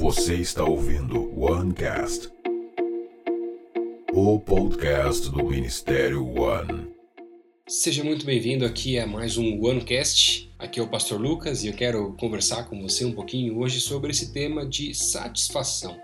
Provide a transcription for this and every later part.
Você está ouvindo OneCast, o podcast do Ministério One. Seja muito bem-vindo aqui a mais um OneCast. Aqui é o Pastor Lucas e eu quero conversar com você um pouquinho hoje sobre esse tema de satisfação.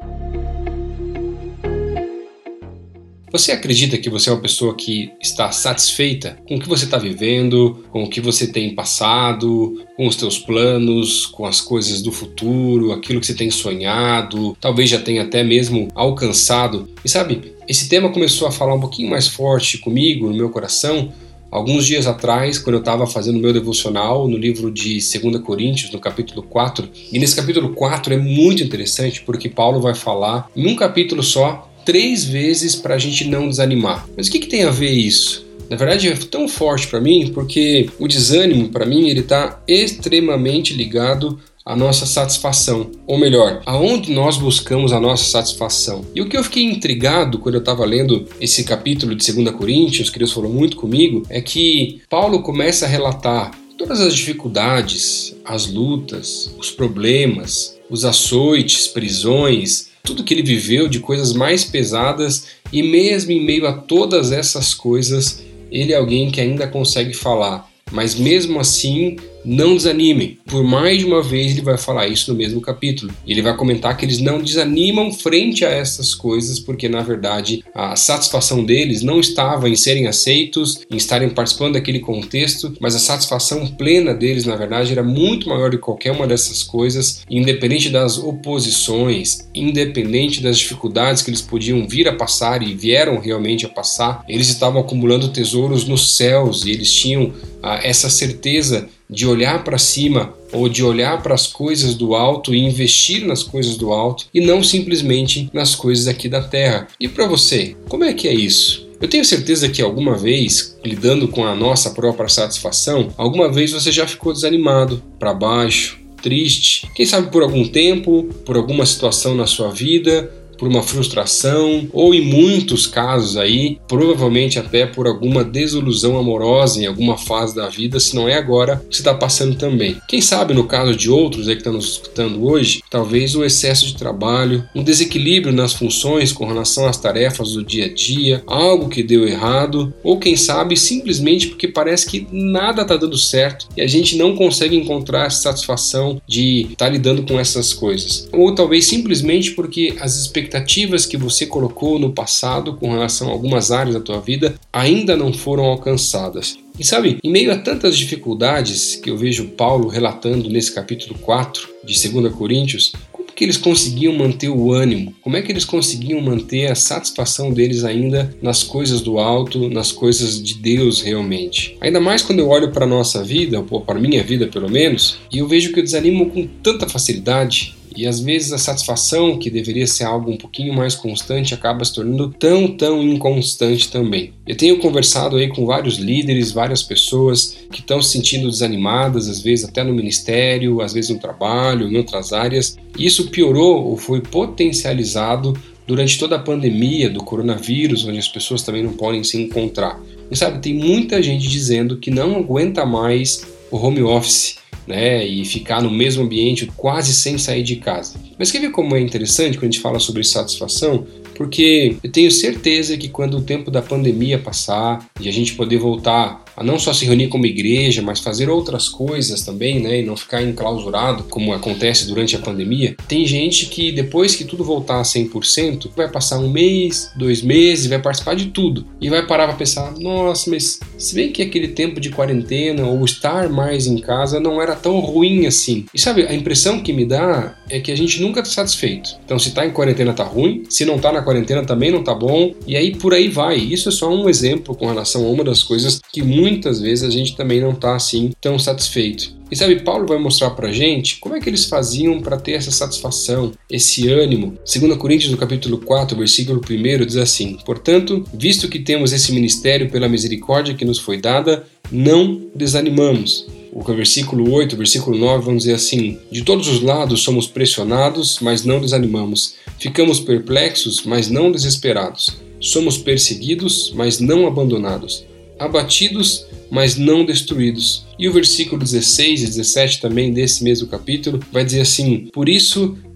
Você acredita que você é uma pessoa que está satisfeita com o que você está vivendo, com o que você tem passado, com os teus planos, com as coisas do futuro, aquilo que você tem sonhado, talvez já tenha até mesmo alcançado? E sabe, esse tema começou a falar um pouquinho mais forte comigo, no meu coração, alguns dias atrás, quando eu estava fazendo o meu devocional no livro de 2 Coríntios, no capítulo 4. E nesse capítulo 4 é muito interessante porque Paulo vai falar em um capítulo só 3 vezes para a gente não desanimar. Mas o que tem a ver isso? Na verdade é tão forte para mim porque o desânimo para mim ele está extremamente ligado à nossa satisfação, ou melhor, aonde nós buscamos a nossa satisfação. E o que eu fiquei intrigado quando eu estava lendo esse capítulo de 2 Coríntios, que Deus falou muito comigo, é que Paulo começa a relatar todas as dificuldades, as lutas, os problemas, os açoites, prisões, tudo que ele viveu de coisas mais pesadas, e mesmo em meio a todas essas coisas, ele é alguém que ainda consegue falar. Mas mesmo assim, não desanimem. Por mais de uma vez ele vai falar isso no mesmo capítulo. Ele vai comentar que eles não desanimam frente a essas coisas, porque na verdade a satisfação deles não estava em serem aceitos, em estarem participando daquele contexto, mas a satisfação plena deles na verdade era muito maior do que qualquer uma dessas coisas, independente das oposições, independente das dificuldades que eles podiam vir a passar e vieram realmente a passar. Eles estavam acumulando tesouros nos céus e eles tinham essa certeza de olhar para cima ou de olhar para as coisas do alto e investir nas coisas do alto e não simplesmente nas coisas aqui da terra. E para você, como é que é isso? Eu tenho certeza que alguma vez, lidando com a nossa própria satisfação, alguma vez você já ficou desanimado, para baixo, triste, quem sabe por algum tempo, por alguma situação na sua vida, por uma frustração, ou em muitos casos aí, provavelmente até por alguma desilusão amorosa em alguma fase da vida, se não é agora, que você está passando também. Quem sabe no caso de outros aí que estão nos escutando hoje, talvez um excesso de trabalho, um desequilíbrio nas funções com relação às tarefas do dia a dia, algo que deu errado, ou quem sabe simplesmente porque parece que nada está dando certo e a gente não consegue encontrar a satisfação de estar lidando com essas coisas. Ou talvez simplesmente porque as expectativas que você colocou no passado com relação a algumas áreas da tua vida ainda não foram alcançadas. E sabe, em meio a tantas dificuldades que eu vejo Paulo relatando nesse capítulo 4 de 2 Coríntios, como que eles conseguiam manter o ânimo? Como é que eles conseguiam manter a satisfação deles ainda nas coisas do alto, nas coisas de Deus realmente? Ainda mais quando eu olho para a nossa vida, ou para a minha vida pelo menos, e eu vejo que eu desanimo com tanta facilidade. E às vezes a satisfação, que deveria ser algo um pouquinho mais constante, acaba se tornando tão inconstante também. Eu tenho conversado aí com vários líderes, várias pessoas que estão se sentindo desanimadas, às vezes até no ministério, às vezes no trabalho, em outras áreas. E isso piorou ou foi potencializado durante toda a pandemia do coronavírus, onde as pessoas também não podem se encontrar. E sabe, tem muita gente dizendo que não aguenta mais o home office, e ficar no mesmo ambiente quase sem sair de casa. Mas quer ver como é interessante quando a gente fala sobre satisfação? Porque eu tenho certeza que quando o tempo da pandemia passar e a gente poder voltar a não só se reunir como igreja, mas fazer outras coisas também, e não ficar enclausurado como acontece durante a pandemia, tem gente que depois que tudo voltar a 100%, vai passar 1 mês, 2 meses, vai participar de tudo e vai parar para pensar, nossa, mas se bem que aquele tempo de quarentena ou estar mais em casa não era tão ruim assim. E sabe, a impressão que me dá é que a gente nunca está satisfeito. Então se está em quarentena tá ruim, se não está na quarentena também não tá bom, e aí por aí vai. Isso é só um exemplo com relação a uma das coisas que muitas vezes a gente também não tá assim tão satisfeito. E sabe, Paulo vai mostrar pra gente como é que eles faziam para ter essa satisfação, esse ânimo. 2 Coríntios, no capítulo 4, versículo 1, diz assim: Portanto, visto que temos esse ministério pela misericórdia que nos foi dada, não desanimamos. O versículo 8, versículo 9 vão dizer assim: De todos os lados somos pressionados, mas não desanimamos. Ficamos perplexos, mas não desesperados. Somos perseguidos, mas não abandonados. Abatidos, mas não destruídos. E o versículo 16 e 17 também desse mesmo capítulo vai dizer assim: Por isso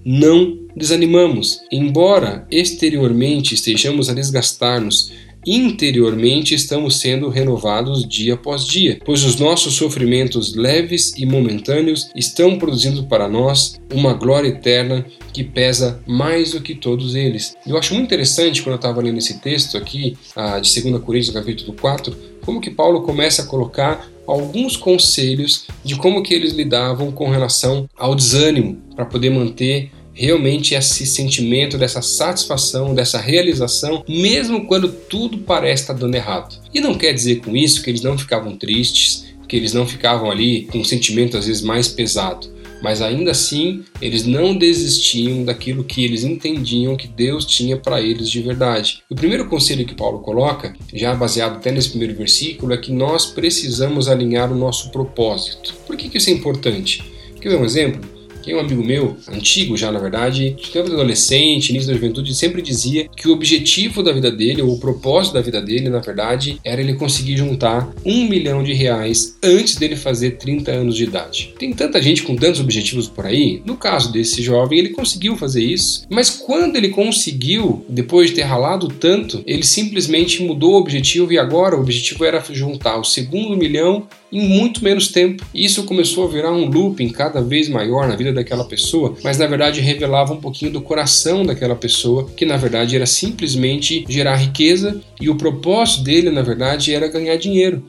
não desanimamos. Embora exteriormente estejamos a desgastar-nos, interiormente estamos sendo renovados dia após dia, pois os nossos sofrimentos leves e momentâneos estão produzindo para nós uma glória eterna que pesa mais do que todos eles. Eu acho muito interessante quando eu estava lendo esse texto aqui de 2 Coríntios capítulo 4, como que Paulo começa a colocar alguns conselhos de como que eles lidavam com relação ao desânimo, para poder manter realmente esse sentimento dessa satisfação, dessa realização, mesmo quando tudo parece estar dando errado. E não quer dizer com isso que eles não ficavam tristes, que eles não ficavam ali com um sentimento às vezes mais pesado, mas ainda assim eles não desistiam daquilo que eles entendiam que Deus tinha para eles de verdade. O primeiro conselho que Paulo coloca, já baseado até nesse primeiro versículo, é que nós precisamos alinhar o nosso propósito. Por que isso é importante? Quer ver um exemplo? Tem um amigo meu, antigo já na verdade, de tempo de adolescente, início da juventude, sempre dizia que o objetivo da vida dele, ou o propósito da vida dele, na verdade, era ele conseguir juntar R$1 milhão antes dele fazer 30 anos de idade. Tem tanta gente com tantos objetivos por aí, no caso desse jovem, ele conseguiu fazer isso, mas quando ele conseguiu, depois de ter ralado tanto, ele simplesmente mudou o objetivo e agora o objetivo era juntar o segundo milhão em muito menos tempo. Isso começou a virar um looping cada vez maior na vida daquela pessoa, mas na verdade revelava um pouquinho do coração daquela pessoa, que na verdade era simplesmente gerar riqueza e o propósito dele na verdade era ganhar dinheiro.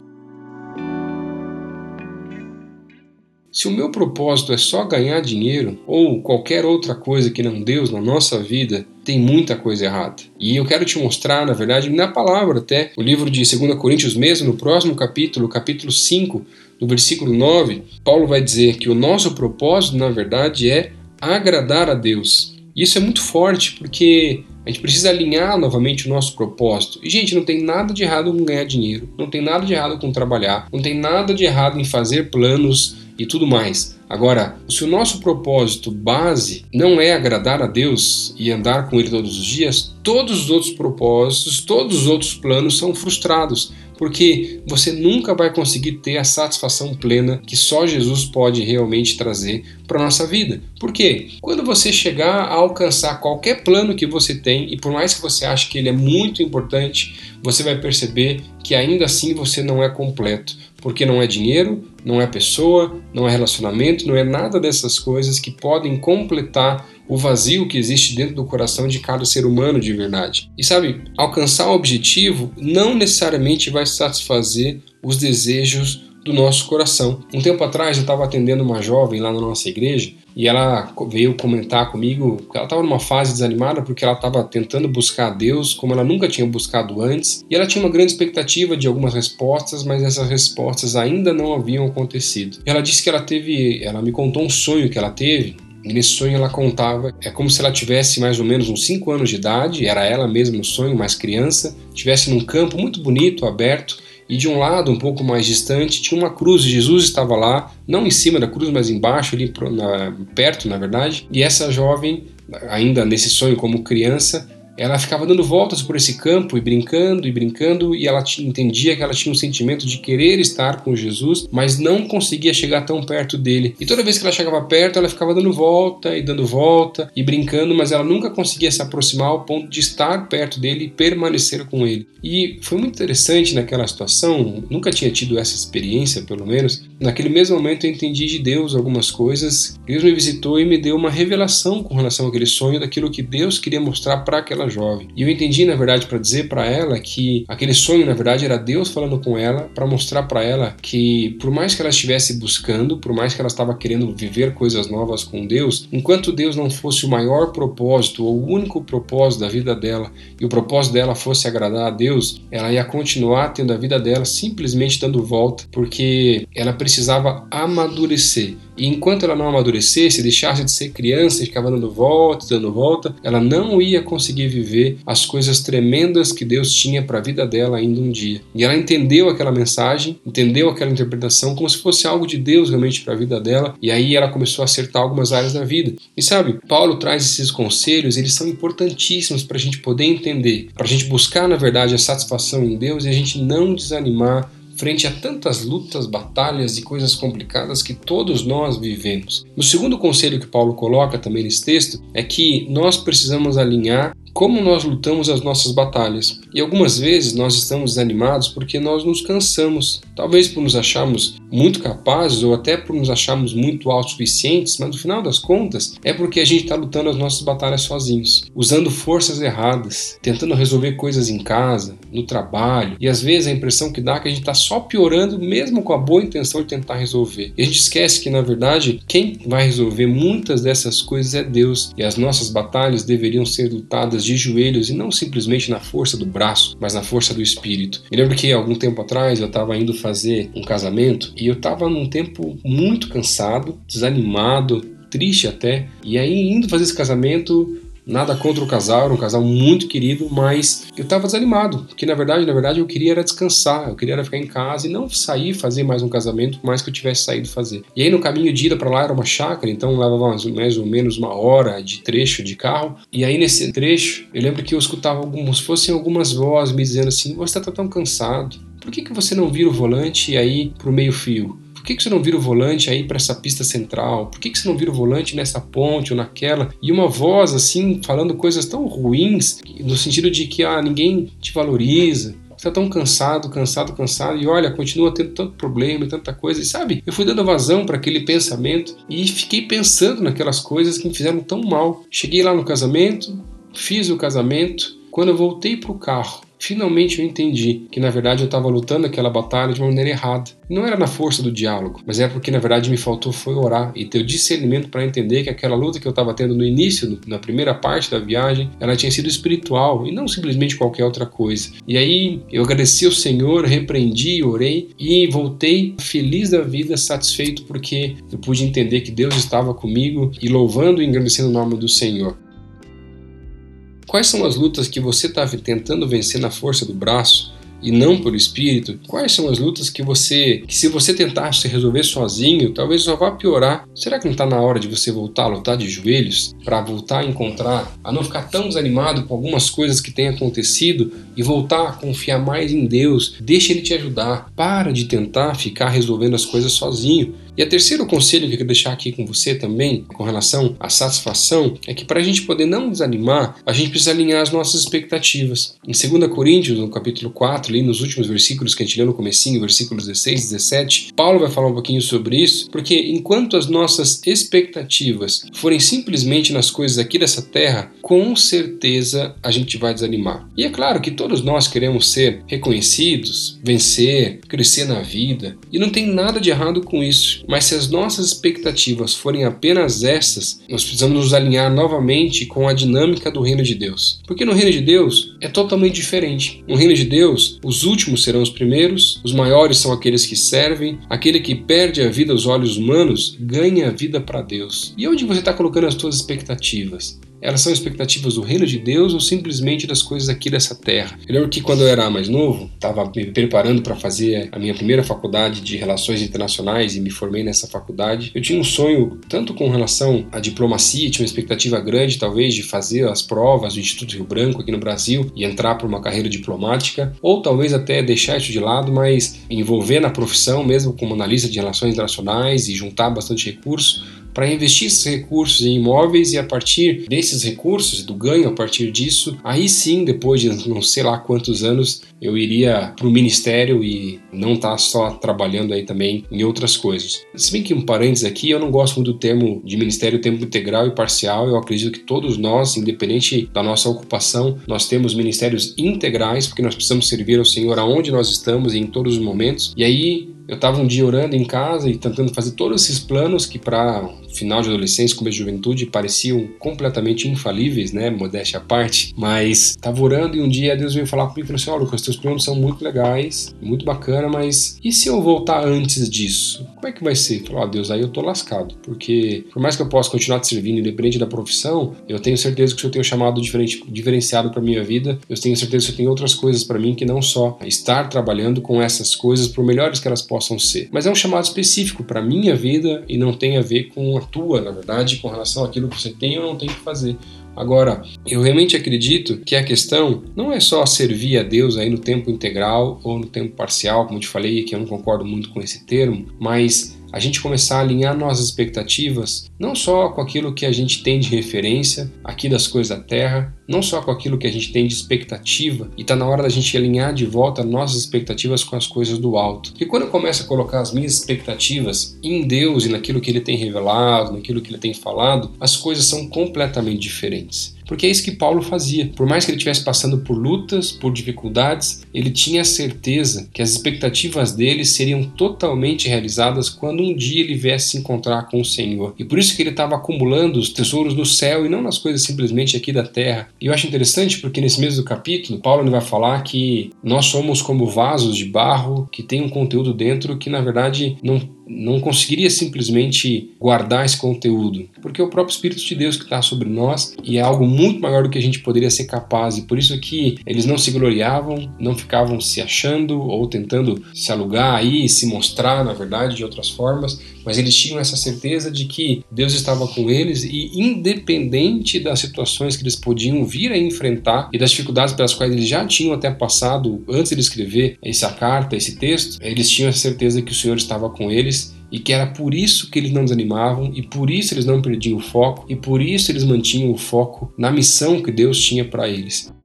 Se o meu propósito é só ganhar dinheiro ou qualquer outra coisa que não Deus na nossa vida, tem muita coisa errada. E eu quero te mostrar, na verdade, na palavra até, o livro de 2 Coríntios mesmo, no próximo capítulo, capítulo 5, no versículo 9, Paulo vai dizer que o nosso propósito, na verdade, é agradar a Deus. E isso é muito forte porque a gente precisa alinhar novamente o nosso propósito. E, gente, não tem nada de errado com ganhar dinheiro, não tem nada de errado com trabalhar, não tem nada de errado em fazer planos e tudo mais. Agora, se o nosso propósito base não é agradar a Deus e andar com Ele todos os dias, todos os outros propósitos, todos os outros planos são frustrados, porque você nunca vai conseguir ter a satisfação plena que só Jesus pode realmente trazer para a nossa vida. Por quê? Quando você chegar a alcançar qualquer plano que você tem, e por mais que você ache que ele é muito importante, você vai perceber que ainda assim você não é completo, porque não é dinheiro, não é pessoa, não é relacionamento, não é nada dessas coisas que podem completar o vazio que existe dentro do coração de cada ser humano de verdade. E sabe, alcançar o objetivo não necessariamente vai satisfazer os desejos do nosso coração. Um tempo atrás eu estava atendendo uma jovem lá na nossa igreja e ela veio comentar comigo que ela estava numa fase desanimada porque ela estava tentando buscar a Deus como ela nunca tinha buscado antes, e ela tinha uma grande expectativa de algumas respostas, mas essas respostas ainda não haviam acontecido. Ela disse que ela me contou um sonho que ela teve. E nesse sonho ela contava, é como se ela tivesse mais ou menos uns 5 anos de idade, era ela mesma no sonho, mais criança, estivesse num campo muito bonito, aberto, e de um lado, um pouco mais distante, tinha uma cruz, e Jesus estava lá, não em cima da cruz, mas embaixo, ali perto, na verdade, e essa jovem, ainda nesse sonho como criança, ela ficava dando voltas por esse campo e brincando, e ela entendia que ela tinha um sentimento de querer estar com Jesus, mas não conseguia chegar tão perto dele. E toda vez que ela chegava perto, ela ficava dando volta e brincando, mas ela nunca conseguia se aproximar ao ponto de estar perto dele e permanecer com ele. E foi muito interessante naquela situação, nunca tinha tido essa experiência, pelo menos. Naquele mesmo momento eu entendi de Deus algumas coisas. Deus me visitou e me deu uma revelação com relação àquele sonho, daquilo que Deus queria mostrar para aquela jovem. E eu entendi, na verdade, para dizer para ela que aquele sonho, na verdade, era Deus falando com ela para mostrar para ela que, por mais que ela estivesse buscando, por mais que ela estava querendo viver coisas novas com Deus, enquanto Deus não fosse o maior propósito ou o único propósito da vida dela, e o propósito dela fosse agradar a Deus, ela ia continuar tendo a vida dela simplesmente dando volta, porque ela precisava amadurecer. E enquanto ela não amadurecesse, deixasse de ser criança e ficava dando volta, ela não ia conseguir viver as coisas tremendas que Deus tinha para a vida dela ainda um dia. E ela entendeu aquela mensagem, entendeu aquela interpretação como se fosse algo de Deus realmente para a vida dela, e aí ela começou a acertar algumas áreas da vida. E sabe, Paulo traz esses conselhos, eles são importantíssimos para a gente poder entender, para a gente buscar na verdade a satisfação em Deus e a gente não desanimar frente a tantas lutas, batalhas e coisas complicadas que todos nós vivemos. O segundo conselho que Paulo coloca também nesse texto é que nós precisamos alinhar como nós lutamos as nossas batalhas. E algumas vezes nós estamos desanimados porque nós nos cansamos, talvez por nos acharmos muito capazes ou até por nos acharmos muito autossuficientes, mas no final das contas é porque a gente está lutando as nossas batalhas sozinhos, usando forças erradas, tentando resolver coisas em casa, no trabalho, e às vezes a impressão que dá é que a gente está só piorando mesmo com a boa intenção de tentar resolver. E a gente esquece que na verdade quem vai resolver muitas dessas coisas é Deus, e as nossas batalhas deveriam ser lutadas de joelhos e não simplesmente na força do braço, mas na força do espírito. Eu lembro que algum tempo atrás eu estava indo fazer um casamento e eu estava num tempo muito cansado, desanimado, triste até, e aí indo fazer esse casamento, nada contra o casal, era um casal muito querido, mas eu estava desanimado, porque na verdade eu queria era descansar, eu queria era ficar em casa e não sair fazer mais um casamento, por mais que eu tivesse saído fazer. E aí no caminho de ida para lá era uma chácara, então levava mais ou menos 1 hora de trecho de carro, e aí nesse trecho eu lembro que eu escutava como se fossem algumas vozes me dizendo assim: você está tão cansado, por que você não vira o volante aí pro meio fio? Por que você não vira o volante aí para essa pista central? Por que você não vira o volante nessa ponte ou naquela? E uma voz assim, falando coisas tão ruins, no sentido de que ninguém te valoriza. Você está tão cansado, e olha, continua tendo tanto problema e tanta coisa. E sabe, eu fui dando vazão para aquele pensamento e fiquei pensando naquelas coisas que me fizeram tão mal. Cheguei lá no casamento, fiz o casamento. Quando eu voltei para o carro, finalmente eu entendi que na verdade eu estava lutando aquela batalha de uma maneira errada. Não era na força do diálogo, mas é porque na verdade me faltou foi orar e ter o discernimento para entender que aquela luta que eu estava tendo no início, na primeira parte da viagem, ela tinha sido espiritual e não simplesmente qualquer outra coisa. E aí eu agradeci ao Senhor, repreendi, orei e voltei feliz da vida, satisfeito porque eu pude entender que Deus estava comigo e louvando e engrandecendo o nome do Senhor. Quais são as lutas que você está tentando vencer na força do braço e não pelo espírito? Quais são as lutas que se você tentasse resolver sozinho, talvez só vá piorar? Será que não está na hora de você voltar a lutar de joelhos para voltar a encontrar, a não ficar tão desanimado com algumas coisas que têm acontecido e voltar a confiar mais em Deus? Deixa Ele te ajudar. Para de tentar ficar resolvendo as coisas sozinho. E o terceiro conselho que eu quero deixar aqui com você também, com relação à satisfação, é que para a gente poder não desanimar, a gente precisa alinhar as nossas expectativas. Em 2 Coríntios, no capítulo 4, ali nos últimos versículos que a gente leu no comecinho, versículos 16 e 17, Paulo vai falar um pouquinho sobre isso, porque enquanto as nossas expectativas forem simplesmente nas coisas aqui dessa terra, com certeza a gente vai desanimar. E é claro que todos nós queremos ser reconhecidos, vencer, crescer na vida, e não tem nada de errado com isso. Mas se as nossas expectativas forem apenas essas, nós precisamos nos alinhar novamente com a dinâmica do reino de Deus. Porque no reino de Deus é totalmente diferente. No reino de Deus, os últimos serão os primeiros, os maiores são aqueles que servem, aquele que perde a vida aos olhos humanos ganha a vida para Deus. E onde você está colocando as suas expectativas? Elas são expectativas do reino de Deus ou simplesmente das coisas aqui dessa terra? Eu lembro que quando eu era mais novo, estava me preparando para fazer a minha primeira faculdade de Relações Internacionais e me formei nessa faculdade. Eu tinha um sonho tanto com relação à diplomacia, tinha uma expectativa grande talvez de fazer as provas do Instituto Rio Branco aqui no Brasil e entrar para uma carreira diplomática, ou talvez até deixar isso de lado, mas envolver na profissão mesmo como analista de relações internacionais e juntar bastante recursos para investir esses recursos em imóveis e a partir desses recursos, do ganho a partir disso, aí sim, depois de não sei lá quantos anos, eu iria para o ministério e não estar só trabalhando aí também em outras coisas. Se bem que um parênteses aqui, eu não gosto muito do termo de ministério tempo integral e parcial, eu acredito que todos nós, independente da nossa ocupação, nós temos ministérios integrais, porque nós precisamos servir ao Senhor aonde nós estamos e em todos os momentos, e aí eu estava um dia orando em casa e tentando fazer todos esses planos que para final de adolescência, começo de juventude, pareciam completamente infalíveis, né, modéstia à parte, mas estava orando e um dia Deus veio falar comigo e falou assim: olha, Lucas, teus planos são muito legais, muito bacana, mas e se eu voltar antes disso? Como é que vai ser? Falou: Deus, aí eu tô lascado, porque por mais que eu possa continuar te servindo independente da profissão, eu tenho certeza que o Senhor tem um chamado diferenciado para minha vida, eu tenho certeza que o Senhor tem outras coisas para mim que não só estar trabalhando com essas coisas, por melhores que elas possam ser, mas é um chamado específico para minha vida e não tem a ver com a tua, na verdade, com relação àquilo que você tem ou não tem que fazer. Agora, eu realmente acredito que a questão não é só servir a Deus aí no tempo integral ou no tempo parcial, como eu te falei, que eu não concordo muito com esse termo, mas a gente começar a alinhar nossas expectativas não só com aquilo que a gente tem de referência aqui das coisas da terra, não só com aquilo que a gente tem de expectativa, e está na hora da gente alinhar de volta nossas expectativas com as coisas do alto. Porque quando eu começo a colocar as minhas expectativas em Deus e naquilo que Ele tem revelado, naquilo que Ele tem falado, as coisas são completamente diferentes. Porque é isso que Paulo fazia. Por mais que ele estivesse passando por lutas, por dificuldades, ele tinha a certeza que as expectativas dele seriam totalmente realizadas quando um dia ele viesse se encontrar com o Senhor. E por isso que ele estava acumulando os tesouros do céu e não nas coisas simplesmente aqui da terra. E eu acho interessante porque nesse mesmo capítulo, Paulo vai falar que nós somos como vasos de barro que tem um conteúdo dentro que na verdade não conseguiria simplesmente guardar esse conteúdo, porque é o próprio Espírito de Deus que está sobre nós e é algo muito maior do que a gente poderia ser capaz, e por isso que eles não se gloriavam, não ficavam se achando ou tentando se alugar aí, se mostrar na verdade de outras formas, mas eles tinham essa certeza de que Deus estava com eles e independente das situações que eles podiam vir a enfrentar e das dificuldades pelas quais eles já tinham até passado antes de escrever essa carta, esse texto, eles tinham a certeza que o Senhor estava com eles e que era por isso que eles não desanimavam e por isso eles não perdiam o foco e por isso eles mantinham o foco na missão que Deus tinha para eles.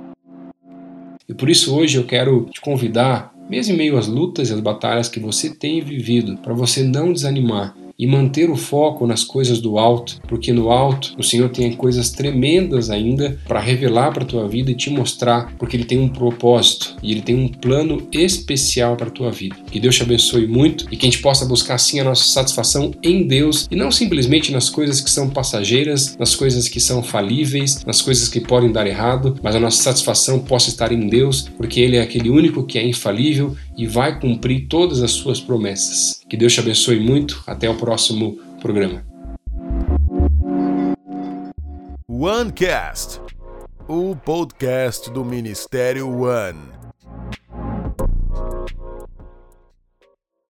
E por isso hoje eu quero te convidar, mesmo em meio às lutas e às batalhas que você tem vivido, para você não desanimar e manter o foco nas coisas do alto, porque no alto o Senhor tem coisas tremendas ainda para revelar para a tua vida e te mostrar, porque Ele tem um propósito e Ele tem um plano especial para a tua vida. Que Deus te abençoe muito e que a gente possa buscar sim a nossa satisfação em Deus e não simplesmente nas coisas que são passageiras, nas coisas que são falíveis, nas coisas que podem dar errado, mas a nossa satisfação possa estar em Deus, porque Ele é aquele único que é infalível e vai cumprir todas as suas promessas. Que Deus te abençoe muito. Até o próximo programa. OneCast, o podcast do Ministério One.